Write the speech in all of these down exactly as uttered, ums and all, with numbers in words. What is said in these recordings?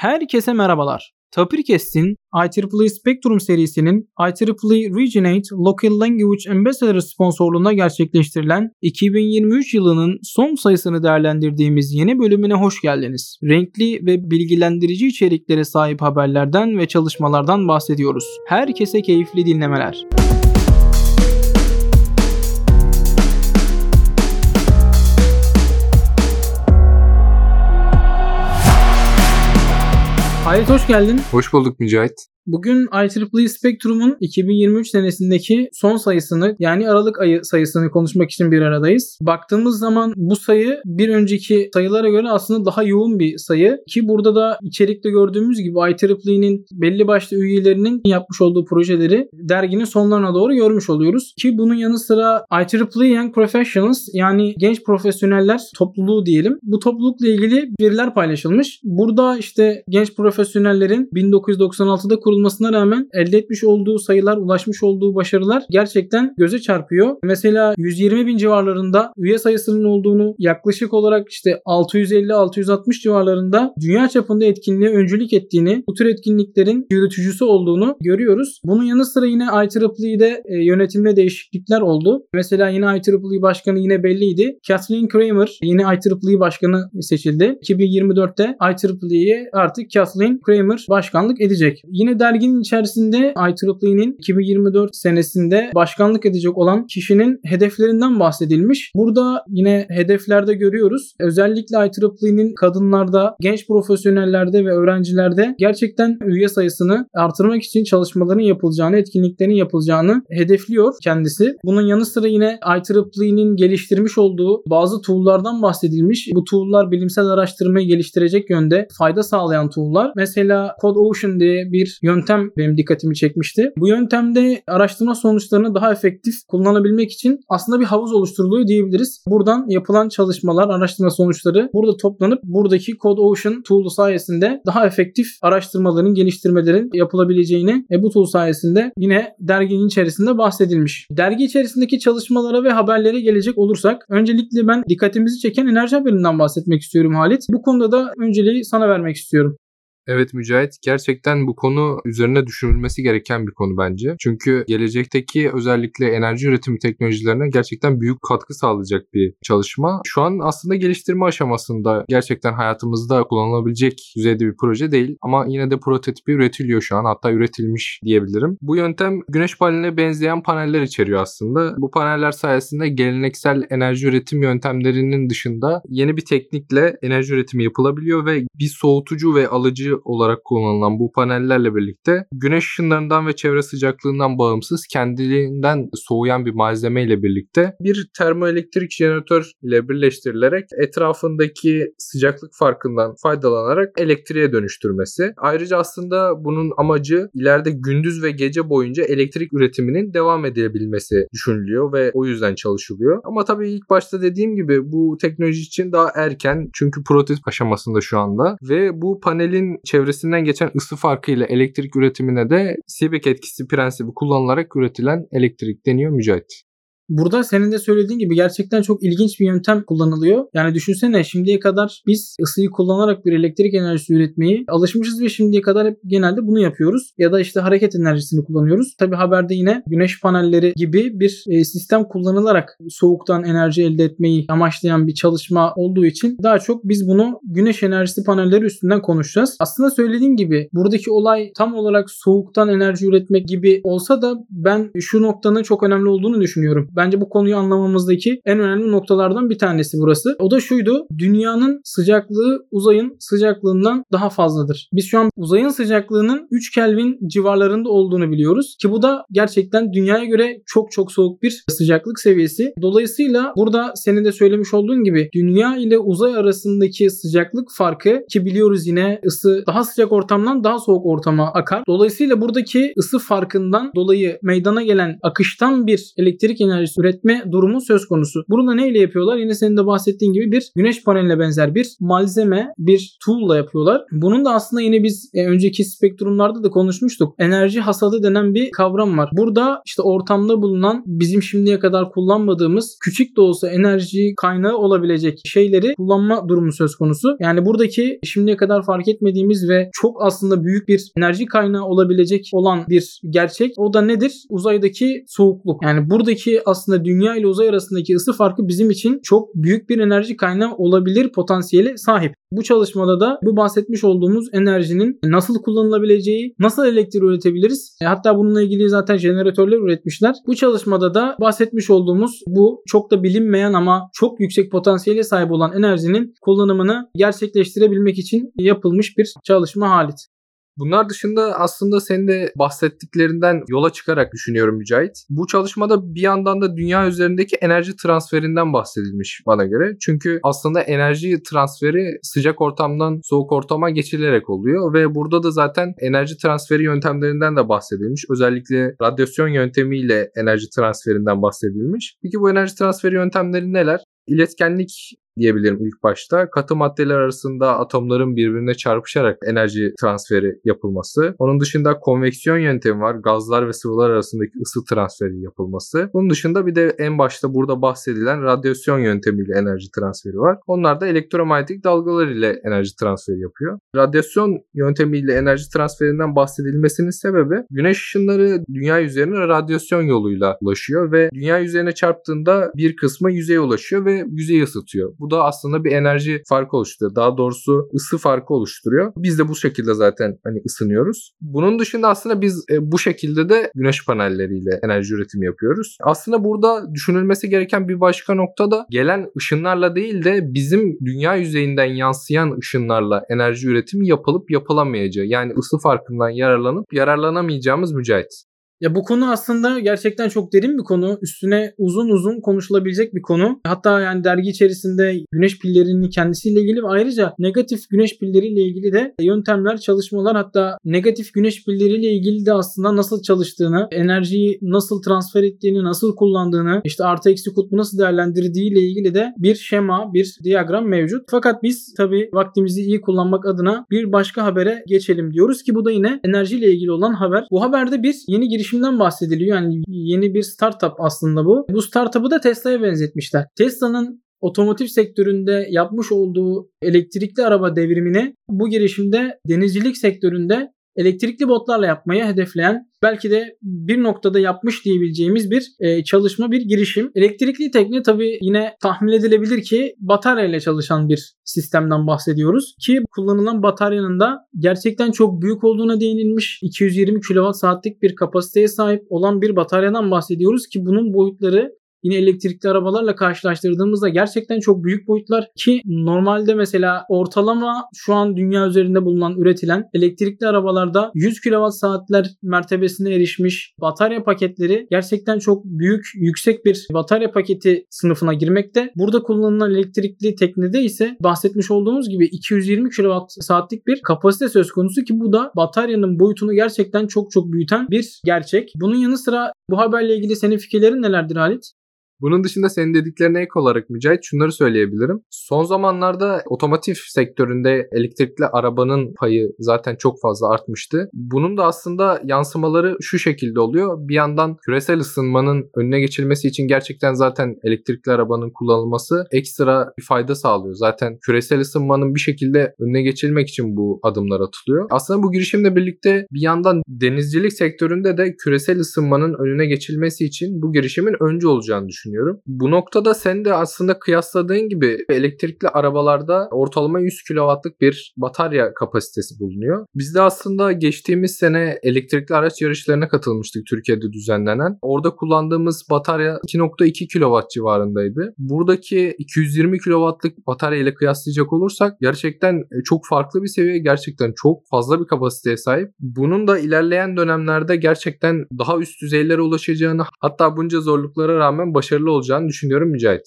Herkese merhabalar. Tapirkest'in I triple E Spectrum serisinin I triple E Regenerate Local Language Ambassador sponsorluğunda gerçekleştirilen iki bin yirmi üç yılının son sayısını değerlendirdiğimiz yeni bölümüne hoş geldiniz. Renkli ve bilgilendirici içeriklere sahip haberlerden ve çalışmalardan bahsediyoruz. Herkese keyifli dinlemeler. Halit hoş geldin. Hoş bulduk Mücahit. Bugün I triple E Spectrum'un iki bin yirmi üç senesindeki son sayısını yani Aralık ayı sayısını konuşmak için bir aradayız. Baktığımız zaman bu sayı bir önceki sayılara göre aslında daha yoğun bir sayı ki burada da içerikte gördüğümüz gibi I triple E'nin belli başlı üyelerinin yapmış olduğu projeleri derginin sonlarına doğru görmüş oluyoruz. Ki bunun yanı sıra I triple E Young Professionals yani genç profesyoneller topluluğu diyelim. Bu toplulukla ilgili veriler paylaşılmış. Burada işte genç profesyonellerin bin dokuz yüz doksan altıda kurulmuş olmasına rağmen elde etmiş olduğu sayılar, ulaşmış olduğu başarılar gerçekten göze çarpıyor. Mesela yüz yirmi bin civarlarında üye sayısının olduğunu, yaklaşık olarak işte altı yüz elli altı yüz altmış civarlarında dünya çapında etkinliğe öncülük ettiğini, bu tür etkinliklerin yürütücüsü olduğunu görüyoruz. Bunun yanı sıra yine I triple E'de e, yönetimde değişiklikler oldu. Mesela yine I triple E başkanı yine belliydi. Kathleen Kramer yine I triple E başkanı seçildi. iki bin yirmi dörtte I triple E'ye artık Kathleen Kramer başkanlık edecek. Yine derginin içerisinde I triple E'nin iki bin yirmi dört senesinde başkanlık edecek olan kişinin hedeflerinden bahsedilmiş. Burada yine hedeflerde görüyoruz. Özellikle I triple E'nin kadınlarda, genç profesyonellerde ve öğrencilerde gerçekten üye sayısını artırmak için çalışmaların yapılacağını, etkinliklerin yapılacağını hedefliyor kendisi. Bunun yanı sıra yine I triple E'nin geliştirmiş olduğu bazı tool'lardan bahsedilmiş. Bu tool'lar bilimsel araştırmayı geliştirecek yönde fayda sağlayan tool'lar. Mesela CodeOcean diye bir yöntem benim dikkatimi çekmişti. Bu yöntemde araştırma sonuçlarını daha efektif kullanabilmek için aslında bir havuz oluşturuluyor diyebiliriz. Buradan yapılan çalışmalar, araştırma sonuçları burada toplanıp buradaki CodeOcean tool'u sayesinde daha efektif araştırmaların, geliştirmelerin yapılabileceğini e, bu tool sayesinde yine derginin içerisinde bahsedilmiş. Dergi içerisindeki çalışmalara ve haberlere gelecek olursak öncelikle ben dikkatimizi çeken enerji haberinden bahsetmek istiyorum Halit. Bu konuda da önceliği sana vermek istiyorum. Evet Mücahit, gerçekten bu konu üzerine düşünülmesi gereken bir konu bence. Çünkü gelecekteki özellikle enerji üretimi teknolojilerine gerçekten büyük katkı sağlayacak bir çalışma. Şu an aslında geliştirme aşamasında gerçekten hayatımızda kullanılabilecek düzeyde bir proje değil. Ama yine de prototipi üretiliyor şu an, hatta üretilmiş diyebilirim. Bu yöntem güneş paneline benzeyen paneller içeriyor aslında. Bu paneller sayesinde geleneksel enerji üretim yöntemlerinin dışında yeni bir teknikle enerji üretimi yapılabiliyor ve bir soğutucu ve alıcı olarak kullanılan bu panellerle birlikte güneş ışınlarından ve çevre sıcaklığından bağımsız kendiliğinden soğuyan bir malzeme ile birlikte bir termoelektrik jeneratör ile birleştirilerek etrafındaki sıcaklık farkından faydalanarak elektriğe dönüştürmesi. Ayrıca aslında bunun amacı ileride gündüz ve gece boyunca elektrik üretiminin devam edebilmesi düşünülüyor ve o yüzden çalışılıyor. Ama tabii ilk başta dediğim gibi bu teknoloji için daha erken, çünkü prototip aşamasında şu anda ve bu panelin çevresinden geçen ısı farkıyla elektrik üretimine de Seebeck etkisi prensibi kullanılarak üretilen elektrik deniyor Mücahit. Burada senin de söylediğin gibi gerçekten çok ilginç bir yöntem kullanılıyor. Yani düşünsene, şimdiye kadar biz ısıyı kullanarak bir elektrik enerjisi üretmeyi alışmışız ve şimdiye kadar hep genelde bunu yapıyoruz. Ya da işte hareket enerjisini kullanıyoruz. Tabii haberde yine güneş panelleri gibi bir e, sistem kullanılarak soğuktan enerji elde etmeyi amaçlayan bir çalışma olduğu için daha çok biz bunu güneş enerjisi panelleri üstünden konuşacağız. Aslında söylediğim gibi buradaki olay tam olarak soğuktan enerji üretmek gibi olsa da ben şu noktanın çok önemli olduğunu düşünüyorum. Bence bu konuyu anlamamızdaki en önemli noktalardan bir tanesi burası. O da şuydu: dünyanın sıcaklığı uzayın sıcaklığından daha fazladır. Biz şu an uzayın sıcaklığının üç Kelvin civarlarında olduğunu biliyoruz ki bu da gerçekten dünyaya göre çok çok soğuk bir sıcaklık seviyesi. Dolayısıyla burada senin de söylemiş olduğun gibi dünya ile uzay arasındaki sıcaklık farkı, ki biliyoruz yine ısı daha sıcak ortamdan daha soğuk ortama akar. Dolayısıyla buradaki ısı farkından dolayı meydana gelen akıştan bir elektrik enerjisi enerjisi üretme durumu söz konusu. Bunu da neyle yapıyorlar? Yine senin de bahsettiğin gibi bir güneş paneline benzer bir malzeme, bir tool'la yapıyorlar. Bunun da aslında yine biz e, önceki spektrumlarda da konuşmuştuk. Enerji hasadı denen bir kavram var. Burada işte ortamda bulunan bizim şimdiye kadar kullanmadığımız küçük de olsa enerji kaynağı olabilecek şeyleri kullanma durumu söz konusu. Yani buradaki şimdiye kadar fark etmediğimiz ve çok aslında büyük bir enerji kaynağı olabilecek olan bir gerçek. O da nedir? Uzaydaki soğukluk. Yani buradaki aslında dünya ile uzay arasındaki ısı farkı bizim için çok büyük bir enerji kaynağı olabilir potansiyeli sahip. Bu çalışmada da bu bahsetmiş olduğumuz enerjinin nasıl kullanılabileceği, nasıl elektrik üretebiliriz? E, hatta bununla ilgili zaten jeneratörler üretmişler. Bu çalışmada da bahsetmiş olduğumuz bu çok da bilinmeyen ama çok yüksek potansiyele sahip olan enerjinin kullanımını gerçekleştirebilmek için yapılmış bir çalışma Halit. Bunlar dışında aslında senin de bahsettiklerinden yola çıkarak düşünüyorum Mücahit. Bu çalışmada bir yandan da dünya üzerindeki enerji transferinden bahsedilmiş bana göre. Çünkü aslında enerji transferi sıcak ortamdan soğuk ortama geçilerek oluyor ve burada da zaten enerji transferi yöntemlerinden de bahsedilmiş. Özellikle radyasyon yöntemiyle enerji transferinden bahsedilmiş. Peki bu enerji transferi yöntemleri neler? İletkenlik diyebilirim ilk başta. Katı maddeler arasında atomların birbirine çarpışarak enerji transferi yapılması. Onun dışında konveksiyon yöntemi var. Gazlar ve sıvılar arasındaki ısı transferi yapılması. Bunun dışında bir de en başta burada bahsedilen radyasyon yöntemiyle enerji transferi var. Onlar da elektromanyetik dalgalar ile enerji transferi yapıyor. Radyasyon yöntemiyle enerji transferinden bahsedilmesinin sebebi güneş ışınları dünya üzerine radyasyon yoluyla ulaşıyor ve dünya üzerine çarptığında bir kısmı yüzeye ulaşıyor ve yüzeyi ısıtıyor. Bu da aslında bir enerji farkı oluşturuyor. Daha doğrusu ısı farkı oluşturuyor. Biz de bu şekilde zaten hani ısınıyoruz. Bunun dışında aslında biz e, bu şekilde de güneş panelleriyle enerji üretimi yapıyoruz. Aslında burada düşünülmesi gereken bir başka nokta da gelen ışınlarla değil de bizim dünya yüzeyinden yansıyan ışınlarla enerji üretimi yapılıp yapılamayacağı. Yani ısı farkından yararlanıp yararlanamayacağımız Mücahit. Ya bu konu aslında gerçekten çok derin bir konu. Üstüne uzun uzun konuşulabilecek bir konu. Hatta yani dergi içerisinde güneş pillerinin kendisiyle ilgili ve ayrıca negatif güneş pilleriyle ilgili de yöntemler, çalışmalar, hatta negatif güneş pilleriyle ilgili de aslında nasıl çalıştığını, enerjiyi nasıl transfer ettiğini, nasıl kullandığını, işte artı eksi kutbu nasıl değerlendirdiği ile ilgili de bir şema, bir diyagram mevcut. Fakat biz tabii vaktimizi iyi kullanmak adına bir başka habere geçelim diyoruz ki bu da yine enerjiyle ilgili olan haber. Bu haberde bir yeni girişim bahsediliyor. Yani yeni bir startup aslında bu. Bu startup'ı da Tesla'ya benzetmişler. Tesla'nın otomotiv sektöründe yapmış olduğu elektrikli araba devrimini bu girişimde denizcilik sektöründe elektrikli botlarla yapmayı hedefleyen, belki de bir noktada yapmış diyebileceğimiz bir e, çalışma, bir girişim. Elektrikli tekne tabii yine tahmin edilebilir ki bataryayla çalışan bir sistemden bahsediyoruz. Ki kullanılan bataryanın da gerçekten çok büyük olduğuna değinilmiş. iki yüz yirmi kilowatt saatlik bir kapasiteye sahip olan bir bataryadan bahsediyoruz ki bunun boyutları yine elektrikli arabalarla karşılaştırdığımızda gerçekten çok büyük boyutlar ki normalde mesela ortalama şu an dünya üzerinde bulunan üretilen elektrikli arabalarda yüz kilowatt saatler mertebesine erişmiş batarya paketleri gerçekten çok büyük, yüksek bir batarya paketi sınıfına girmekte. Burada kullanılan elektrikli teknede ise bahsetmiş olduğumuz gibi iki yüz yirmi kilowatt saatlik bir kapasite söz konusu ki bu da bataryanın boyutunu gerçekten çok çok büyüten bir gerçek. Bunun yanı sıra bu haberle ilgili senin fikirlerin nelerdir Halit? Bunun dışında senin dediklerine ek olarak Mücahit şunları söyleyebilirim. Son zamanlarda otomotiv sektöründe elektrikli arabanın payı zaten çok fazla artmıştı. Bunun da aslında yansımaları şu şekilde oluyor. Bir yandan küresel ısınmanın önüne geçilmesi için gerçekten zaten elektrikli arabanın kullanılması ekstra bir fayda sağlıyor. Zaten küresel ısınmanın bir şekilde önüne geçilmek için bu adımlar atılıyor. Aslında bu girişimle birlikte bir yandan denizcilik sektöründe de küresel ısınmanın önüne geçilmesi için bu girişimin öncü olacağını düşünüyorum. Bu noktada sen de aslında kıyasladığın gibi elektrikli arabalarda ortalama yüz kilowattlık bir batarya kapasitesi bulunuyor. Biz de aslında geçtiğimiz sene elektrikli araç yarışlarına katılmıştık Türkiye'de düzenlenen. Orada kullandığımız batarya iki nokta iki kilowatt civarındaydı. Buradaki iki yüz yirmi kilowattlık batarya ile kıyaslayacak olursak gerçekten çok farklı bir seviye, gerçekten çok fazla bir kapasiteye sahip. Bunun da ilerleyen dönemlerde gerçekten daha üst düzeylere ulaşacağını, hatta bunca zorluklara rağmen başarılı olacağını düşünüyorum Mücahit.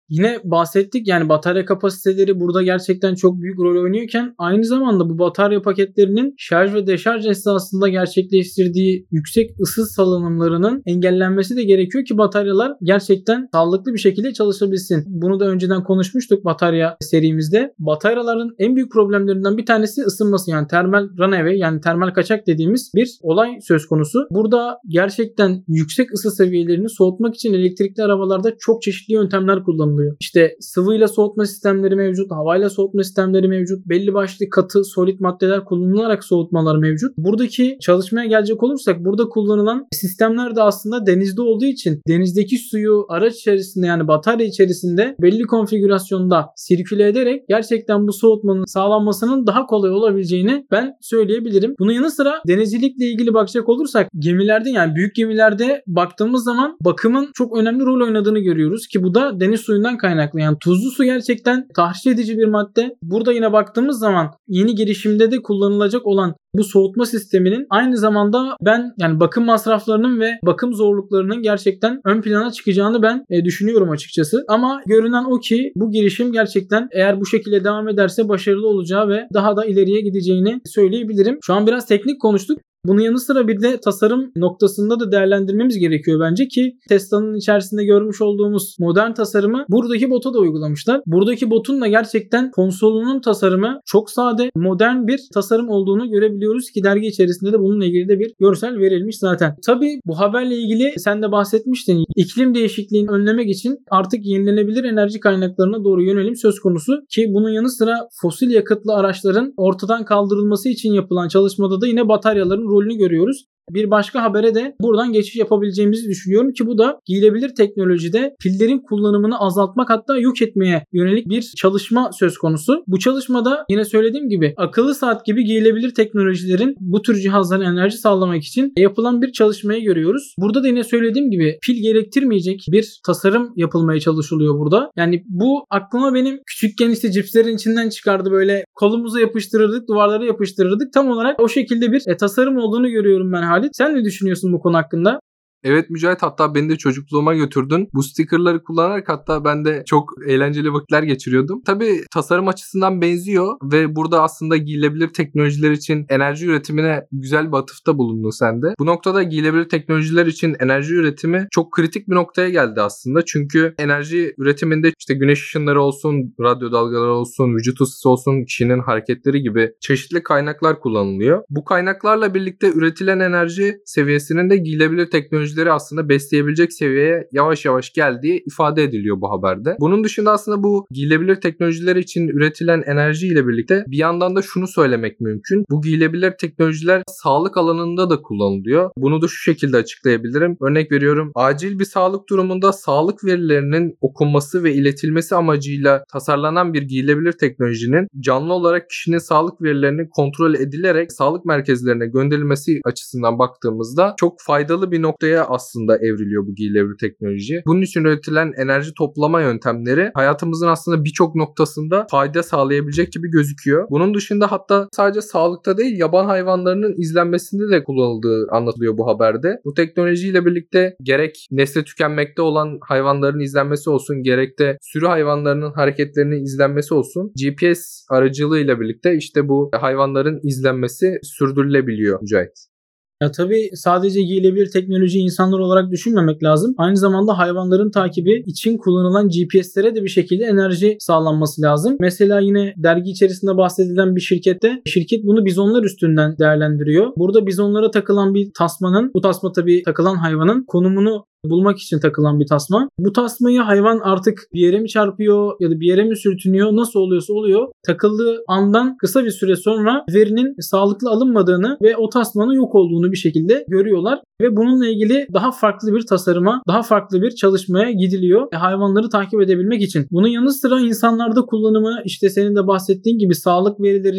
Yine bahsettik, yani batarya kapasiteleri burada gerçekten çok büyük rol oynuyorken aynı zamanda bu batarya paketlerinin şarj ve deşarj esnasında gerçekleştirdiği yüksek ısı salınımlarının engellenmesi de gerekiyor ki bataryalar gerçekten sağlıklı bir şekilde çalışabilsin. Bunu da önceden konuşmuştuk batarya serimizde. Bataryaların en büyük problemlerinden bir tanesi ısınması, yani termal runaway, yani termal kaçak dediğimiz bir olay söz konusu. Burada gerçekten yüksek ısı seviyelerini soğutmak için elektrikli arabalarda çok çeşitli yöntemler kullanılıyor. İşte sıvıyla soğutma sistemleri mevcut, havayla soğutma sistemleri mevcut, belli başlı katı, solid maddeler kullanılarak soğutmalar mevcut. Buradaki çalışmaya gelecek olursak burada kullanılan sistemler de aslında denizde olduğu için denizdeki suyu araç içerisinde, yani batarya içerisinde belli konfigürasyonda sirküle ederek gerçekten bu soğutmanın sağlanmasının daha kolay olabileceğini ben söyleyebilirim. Bunun yanı sıra denizcilikle ilgili bakacak olursak gemilerde, yani büyük gemilerde baktığımız zaman bakımın çok önemli rol oynadığını görüyoruz ki bu da deniz suyundan kaynaklı. Yani tuzlu su gerçekten tahriş edici bir madde. Burada yine baktığımız zaman yeni girişimde de kullanılacak olan bu soğutma sisteminin aynı zamanda ben yani bakım masraflarının ve bakım zorluklarının gerçekten ön plana çıkacağını ben e, düşünüyorum açıkçası. Ama görünen o ki bu girişim gerçekten eğer bu şekilde devam ederse başarılı olacağı ve daha da ileriye gideceğini söyleyebilirim. Şu an biraz teknik konuştuk. Bunun yanı sıra bir de tasarım noktasında da değerlendirmemiz gerekiyor bence ki Tesla'nın içerisinde görmüş olduğumuz modern tasarımı buradaki bota da uygulamışlar. Buradaki botun da gerçekten konsolunun tasarımı çok sade, modern bir tasarım olduğunu görebiliyoruz ki dergi içerisinde de bununla ilgili de bir görsel verilmiş zaten. Tabii bu haberle ilgili sen de bahsetmiştin. İklim değişikliğini önlemek için artık yenilenebilir enerji kaynaklarına doğru yönelim söz konusu ki bunun yanı sıra fosil yakıtlı araçların ortadan kaldırılması için yapılan çalışmada da yine bataryaların rolünü görüyoruz. Bir başka habere de buradan geçiş yapabileceğimizi düşünüyorum ki bu da giyilebilir teknolojide pillerin kullanımını azaltmak, hatta yok etmeye yönelik bir çalışma söz konusu. Bu çalışmada yine söylediğim gibi akıllı saat gibi giyilebilir teknolojilerin bu tür cihazlara enerji sağlamak için yapılan bir çalışmayı görüyoruz. Burada da yine söylediğim gibi pil gerektirmeyecek bir tasarım yapılmaya çalışılıyor burada. Yani bu aklıma benim küçükken işte cipslerin içinden çıkardı, böyle kolumuza yapıştırırdık, duvarlara yapıştırırdık. Tam olarak o şekilde bir e, tasarım olduğunu görüyorum ben. Halit, sen ne düşünüyorsun bu konu hakkında? Evet Mücahit, hatta beni de çocukluğuma götürdün. Bu stickerları kullanarak hatta ben de çok eğlenceli vakitler geçiriyordum. Tabii tasarım açısından benziyor ve burada aslında giyilebilir teknolojiler için enerji üretimine güzel bir atıfta bulundun sen de. Bu noktada giyilebilir teknolojiler için enerji üretimi çok kritik bir noktaya geldi aslında. Çünkü enerji üretiminde işte güneş ışınları olsun, radyo dalgaları olsun, vücut ısısı olsun, kişinin hareketleri gibi çeşitli kaynaklar kullanılıyor. Bu kaynaklarla birlikte üretilen enerji seviyesinin de giyilebilir teknoloji aslında besleyebilecek seviyeye yavaş yavaş geldiği ifade ediliyor bu haberde. Bunun dışında aslında bu giyilebilir teknolojiler için üretilen enerji ile birlikte bir yandan da şunu söylemek mümkün. Bu giyilebilir teknolojiler sağlık alanında da kullanılıyor. Bunu da şu şekilde açıklayabilirim. Örnek veriyorum, acil bir sağlık durumunda sağlık verilerinin okunması ve iletilmesi amacıyla tasarlanan bir giyilebilir teknolojinin canlı olarak kişinin sağlık verilerinin kontrol edilerek sağlık merkezlerine gönderilmesi açısından baktığımızda çok faydalı bir noktaya aslında evriliyor bu giyilebilir teknoloji. Bunun için üretilen enerji toplama yöntemleri hayatımızın aslında birçok noktasında fayda sağlayabilecek gibi gözüküyor. Bunun dışında hatta sadece sağlıkta değil, yaban hayvanlarının izlenmesinde de kullanıldığı anlatılıyor bu haberde. Bu teknolojiyle birlikte gerek nesli tükenmekte olan hayvanların izlenmesi olsun, gerek de sürü hayvanlarının hareketlerinin izlenmesi olsun, G P S aracılığıyla birlikte işte bu hayvanların izlenmesi sürdürülebiliyor Mücahit. Ya tabii sadece giyilebilir teknoloji insanlar olarak düşünmemek lazım. Aynı zamanda hayvanların takibi için kullanılan G P S'lere de bir şekilde enerji sağlanması lazım. Mesela yine dergi içerisinde bahsedilen bir şirkette şirket bunu bizonlar üstünden değerlendiriyor. Burada bizonlara takılan bir tasmanın, bu tasma tabii takılan hayvanın konumunu bulmak için takılan bir tasma. Bu tasmayı hayvan artık bir yere mi çarpıyor ya da bir yere mi sürtünüyor, nasıl oluyorsa oluyor. Takıldığı andan kısa bir süre sonra verinin sağlıklı alınmadığını ve o tasmanın yok olduğunu bir şekilde görüyorlar. Ve bununla ilgili daha farklı bir tasarıma, daha farklı bir çalışmaya gidiliyor. E, hayvanları takip edebilmek için. Bunun yanı sıra insanlarda kullanımı, işte senin de bahsettiğin gibi sağlık verilerini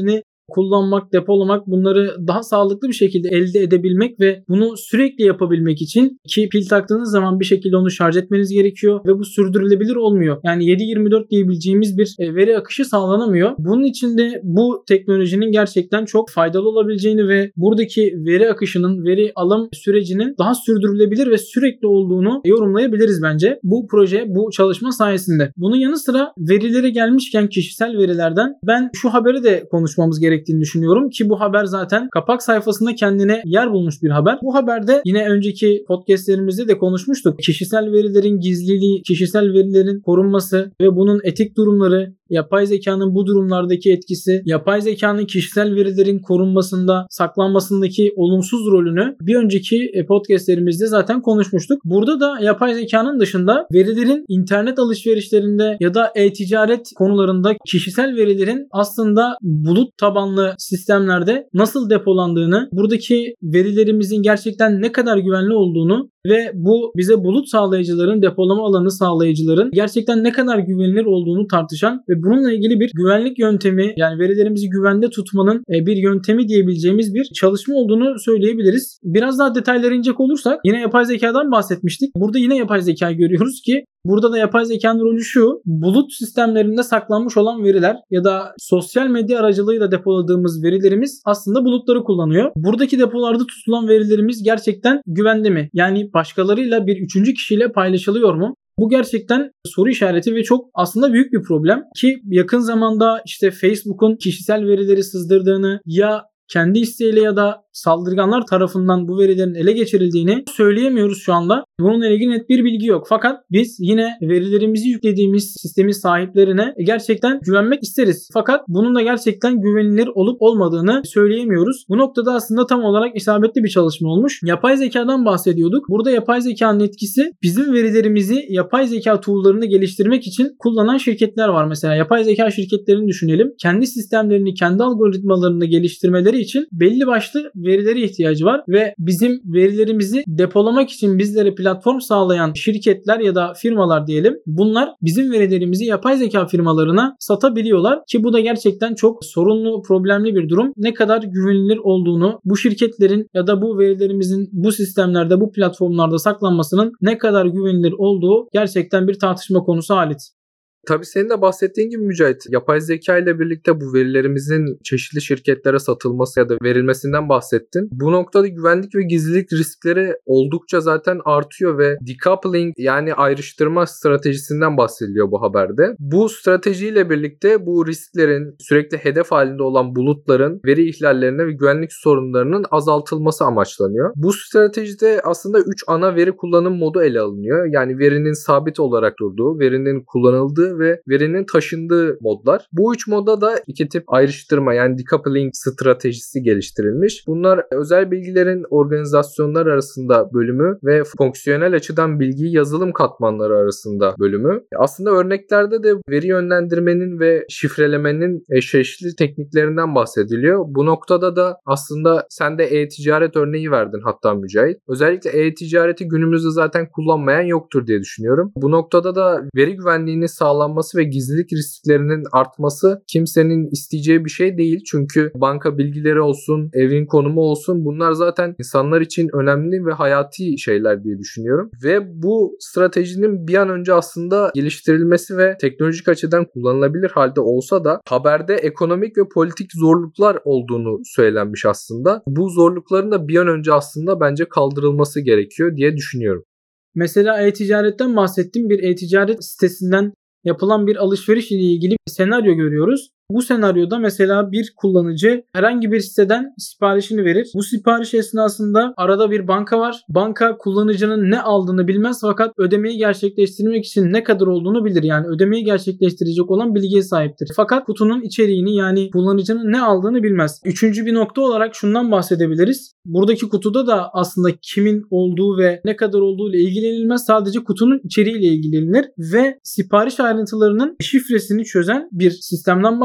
kullanmak, depolamak, bunları daha sağlıklı bir şekilde elde edebilmek ve bunu sürekli yapabilmek için, ki pil taktığınız zaman bir şekilde onu şarj etmeniz gerekiyor ve bu sürdürülebilir olmuyor. Yani yedi yirmi dört diyebileceğimiz bir veri akışı sağlanamıyor. Bunun için de bu teknolojinin gerçekten çok faydalı olabileceğini ve buradaki veri akışının, veri alım sürecinin daha sürdürülebilir ve sürekli olduğunu yorumlayabiliriz bence bu proje, bu çalışma sayesinde. Bunun yanı sıra verilere gelmişken kişisel verilerden ben şu haberi de konuşmamız gerektiğini düşünüyorum ki bu haber zaten kapak sayfasında kendine yer bulmuş bir haber. Bu haberde yine önceki podcastlerimizde de konuşmuştuk. Kişisel verilerin gizliliği, kişisel verilerin korunması ve bunun etik durumları, yapay zekanın bu durumlardaki etkisi, yapay zekanın kişisel verilerin korunmasında, saklanmasındaki olumsuz rolünü bir önceki podcastlerimizde zaten konuşmuştuk. Burada da yapay zekanın dışında verilerin internet alışverişlerinde ya da e-ticaret konularında kişisel verilerin aslında bulut tabanlı sistemlerde nasıl depolandığını, buradaki verilerimizin gerçekten ne kadar güvenli olduğunu ve bu bize bulut sağlayıcıların, depolama alanı sağlayıcıların gerçekten ne kadar güvenilir olduğunu tartışan ve bununla ilgili bir güvenlik yöntemi, yani verilerimizi güvende tutmanın bir yöntemi diyebileceğimiz bir çalışma olduğunu söyleyebiliriz. Biraz daha detaylara inecek olursak yine yapay zekadan bahsetmiştik. Burada yine yapay zekayı görüyoruz ki burada da yapay zekanın rolü şu: bulut sistemlerinde saklanmış olan veriler ya da sosyal medya aracılığıyla depoladığımız verilerimiz aslında bulutları kullanıyor. Buradaki depolarda tutulan verilerimiz gerçekten güvende mi? Yani başkalarıyla, bir üçüncü kişiyle paylaşılıyor mu? Bu gerçekten soru işareti ve çok aslında büyük bir problem ki yakın zamanda işte Facebook'un kişisel verileri sızdırdığını, ya kendi isteğiyle ya da saldırganlar tarafından bu verilerin ele geçirildiğini söyleyemiyoruz şu anda. Bununla ilgili net bir bilgi yok. Fakat biz yine verilerimizi yüklediğimiz sistemin sahiplerine gerçekten güvenmek isteriz. Fakat bunun da gerçekten güvenilir olup olmadığını söyleyemiyoruz. Bu noktada aslında tam olarak isabetli bir çalışma olmuş. Yapay zekadan bahsediyorduk. Burada yapay zekanın etkisi, bizim verilerimizi yapay zeka tool'larını geliştirmek için kullanan şirketler var. Mesela yapay zeka şirketlerini düşünelim. Kendi sistemlerini, kendi algoritmalarını geliştirmeleri için belli başlı verilere ihtiyacı var ve bizim verilerimizi depolamak için bizlere platform sağlayan şirketler ya da firmalar diyelim, bunlar bizim verilerimizi yapay zeka firmalarına satabiliyorlar ki bu da gerçekten çok sorunlu, problemli bir durum. Ne kadar güvenilir olduğunu, bu şirketlerin ya da bu verilerimizin bu sistemlerde, bu platformlarda saklanmasının ne kadar güvenilir olduğu gerçekten bir tartışma konusu Halit. Tabii senin de bahsettiğin gibi Mücahit, yapay zeka ile birlikte bu verilerimizin çeşitli şirketlere satılması ya da verilmesinden bahsettin. Bu noktada güvenlik ve gizlilik riskleri oldukça zaten artıyor ve decoupling, yani ayrıştırma stratejisinden bahsediliyor bu haberde. Bu stratejiyle birlikte bu risklerin, sürekli hedef halinde olan bulutların veri ihlallerine ve güvenlik sorunlarının azaltılması amaçlanıyor. Bu stratejide aslında üç ana veri kullanım modu ele alınıyor. Yani verinin sabit olarak durduğu, verinin kullanıldığı ve verinin taşındığı modlar. Bu üç modda da iki tip ayrıştırma, yani decoupling stratejisi geliştirilmiş. Bunlar özel bilgilerin organizasyonlar arasında bölümü ve fonksiyonel açıdan bilgi yazılım katmanları arasında bölümü. Aslında örneklerde de veri yönlendirmenin ve şifrelemenin eşleşli tekniklerinden bahsediliyor. Bu noktada da aslında sen de e-ticaret örneği verdin hatta Mücahit. Özellikle e-ticareti günümüzde zaten kullanmayan yoktur diye düşünüyorum. Bu noktada da veri güvenliğini sağlamak ve gizlilik risklerinin artması kimsenin isteyeceği bir şey değil. Çünkü banka bilgileri olsun, evin konumu olsun, bunlar zaten insanlar için önemli ve hayati şeyler diye düşünüyorum. Ve bu stratejinin bir an önce aslında geliştirilmesi ve teknolojik açıdan kullanılabilir halde olsa da haberde ekonomik ve politik zorluklar olduğunu söylenmiş aslında. Bu zorlukların da bir an önce aslında bence kaldırılması gerekiyor diye düşünüyorum. Mesela e-ticaretten bahsettim. Bir e-ticaret sitesinden yapılan bir alışveriş ile ilgili bir senaryo görüyoruz. Bu senaryoda mesela bir kullanıcı herhangi bir siteden siparişini verir. Bu sipariş esnasında arada bir banka var. Banka kullanıcının ne aldığını bilmez fakat ödemeyi gerçekleştirmek için ne kadar olduğunu bilir. Yani ödemeyi gerçekleştirecek olan bilgiye sahiptir. Fakat kutunun içeriğini, yani kullanıcının ne aldığını bilmez. Üçüncü bir nokta olarak şundan bahsedebiliriz. Buradaki kutuda da aslında kimin olduğu ve ne kadar olduğu ile ilgilenilmez. Sadece kutunun içeriğiyle ilgilenilir ve sipariş ayrıntılarının şifresini çözen bir sistemden bahsediyoruz.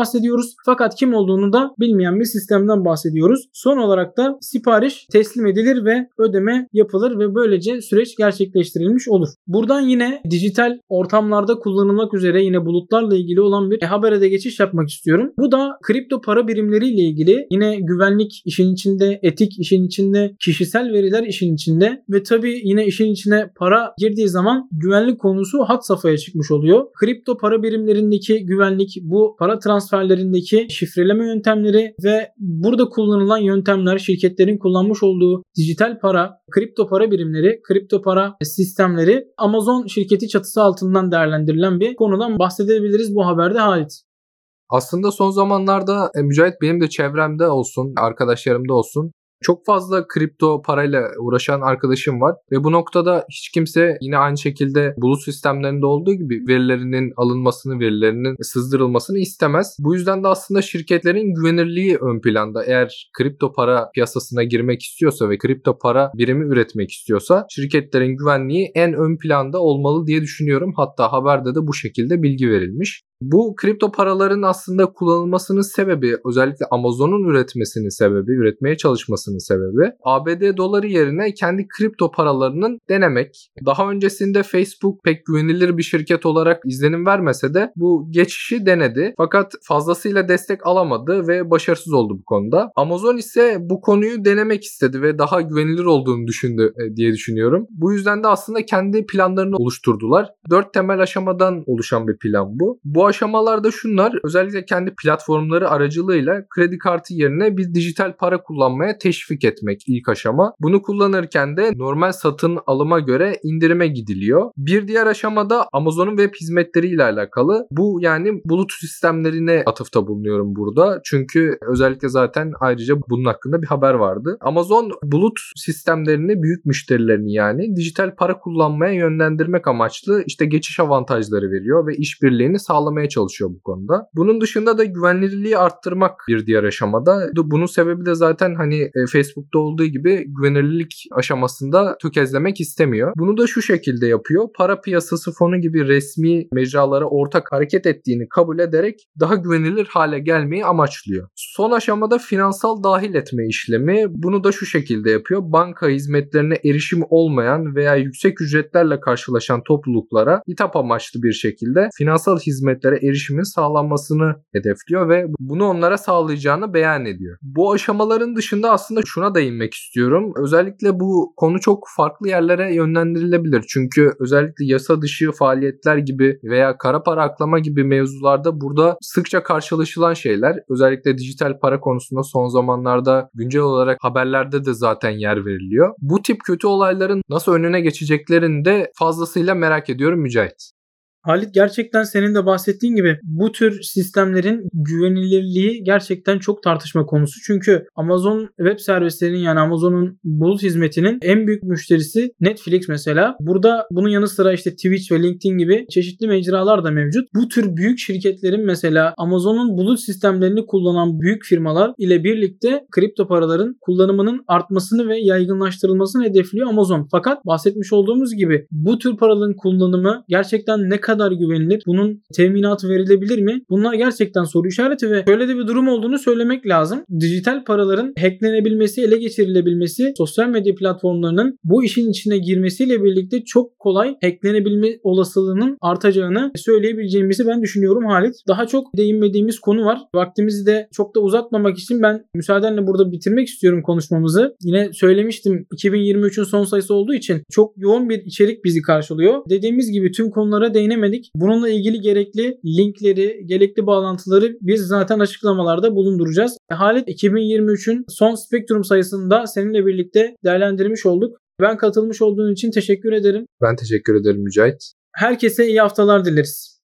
bahsediyoruz. Fakat kim olduğunu da bilmeyen bir sistemden bahsediyoruz. Son olarak da sipariş teslim edilir ve ödeme yapılır ve böylece süreç gerçekleştirilmiş olur. Buradan yine dijital ortamlarda kullanılmak üzere yine bulutlarla ilgili olan bir habere de geçiş yapmak istiyorum. Bu da kripto para birimleriyle ilgili, yine güvenlik işin içinde, etik işin içinde, kişisel veriler işin içinde ve tabii yine işin içine para girdiği zaman güvenlik konusu had safhaya çıkmış oluyor. Kripto para birimlerindeki güvenlik, bu para transferlerindeki şifreleme yöntemleri ve burada kullanılan yöntemler, şirketlerin kullanmış olduğu dijital para, kripto para birimleri, kripto para sistemleri Amazon şirketi çatısı altından değerlendirilen bir konudan bahsedebiliriz bu haberde Halit. Aslında son zamanlarda e, Mücahit, benim de çevremde olsun, arkadaşlarımda olsun, çok fazla kripto parayla uğraşan arkadaşım var ve bu noktada hiç kimse yine aynı şekilde bulut sistemlerinde olduğu gibi verilerinin alınmasını, verilerinin sızdırılmasını istemez. Bu yüzden de aslında şirketlerin güvenirliği ön planda. Eğer kripto para piyasasına girmek istiyorsa ve kripto para birimi üretmek istiyorsa şirketlerin güvenliği en ön planda olmalı diye düşünüyorum. Hatta haberde de bu şekilde bilgi verilmiş. Bu kripto paraların aslında kullanılmasının sebebi, özellikle Amazon'un üretmesinin sebebi, üretmeye çalışmasının sebebi A B D doları yerine kendi kripto paralarının denemek. Daha öncesinde Facebook pek güvenilir bir şirket olarak izlenim vermese de bu geçişi denedi. Fakat fazlasıyla destek alamadı ve başarısız oldu bu konuda. Amazon ise bu konuyu denemek istedi ve daha güvenilir olduğunu düşündü diye düşünüyorum. Bu yüzden de aslında kendi planlarını oluşturdular. Dört temel aşamadan oluşan bir plan bu. Bu aşamalarda şunlar: özellikle kendi platformları aracılığıyla kredi kartı yerine bir dijital para kullanmaya teşvik etmek ilk aşama. Bunu kullanırken de normal satın alıma göre indirime gidiliyor. Bir diğer aşamada Amazon'un web hizmetleriyle alakalı. Bu yani bulut sistemlerine atıfta bulunuyorum burada. Çünkü özellikle zaten ayrıca bunun hakkında bir haber vardı. Amazon bulut sistemlerini büyük müşterilerini yani dijital para kullanmaya yönlendirmek amaçlı işte geçiş avantajları veriyor ve işbirliğini sağlamaya çalışıyor bu konuda. Bunun dışında da güvenilirliği arttırmak bir diğer aşamada. Bunun sebebi de zaten hani Facebook'ta olduğu gibi güvenilirlik aşamasında tökezlemek istemiyor. Bunu da şu şekilde yapıyor: para piyasası fonu gibi resmi mecralara ortak hareket ettiğini kabul ederek daha güvenilir hale gelmeyi amaçlıyor. Son aşamada finansal dahil etme işlemi. Bunu da şu şekilde yapıyor: banka hizmetlerine erişim olmayan veya yüksek ücretlerle karşılaşan topluluklara hitap amaçlı bir şekilde finansal hizmetlere erişimin sağlanmasını hedefliyor ve bunu onlara sağlayacağını beyan ediyor. Bu aşamaların dışında aslında şuna değinmek istiyorum. Özellikle bu konu çok farklı yerlere yönlendirilebilir. Çünkü özellikle yasa dışı faaliyetler gibi veya kara para aklama gibi mevzularda burada sıkça karşılaşılan şeyler. Özellikle dijital para konusunda son zamanlarda güncel olarak haberlerde de zaten yer veriliyor. Bu tip kötü olayların nasıl önüne geçeceklerini de fazlasıyla merak ediyorum Mücahit. Halit, gerçekten senin de bahsettiğin gibi bu tür sistemlerin güvenilirliği gerçekten çok tartışma konusu. Çünkü Amazon web servislerinin, yani Amazon'un bulut hizmetinin en büyük müşterisi Netflix mesela. Burada bunun yanı sıra işte Twitch ve LinkedIn gibi çeşitli mecralar da mevcut. Bu tür büyük şirketlerin, mesela Amazon'un bulut sistemlerini kullanan büyük firmalar ile birlikte kripto paraların kullanımının artmasını ve yaygınlaştırılmasını hedefliyor Amazon. Fakat bahsetmiş olduğumuz gibi bu tür paraların kullanımı gerçekten ne kadar kadar güvenilir? Bunun teminatı verilebilir mi? Bunlar gerçekten soru işareti ve şöyle de bir durum olduğunu söylemek lazım. Dijital paraların hacklenebilmesi, ele geçirilebilmesi, sosyal medya platformlarının bu işin içine girmesiyle birlikte çok kolay hacklenebilme olasılığının artacağını söyleyebileceğimizi ben düşünüyorum Halit. Daha çok değinmediğimiz konu var. Vaktimizi de çok da uzatmamak için ben müsaadenle burada bitirmek istiyorum konuşmamızı. Yine söylemiştim, iki bin yirmi üçün son sayısı olduğu için çok yoğun bir içerik bizi karşılıyor. Dediğimiz gibi tüm konulara değinemedik. Bununla ilgili gerekli linkleri, gerekli bağlantıları biz zaten açıklamalarda bulunduracağız. Halit, iki bin yirmi üçün son Spektrum sayısında seninle birlikte değerlendirmiş olduk. Ben katılmış olduğun için teşekkür ederim. Ben teşekkür ederim Mücahit. Herkese iyi haftalar dileriz.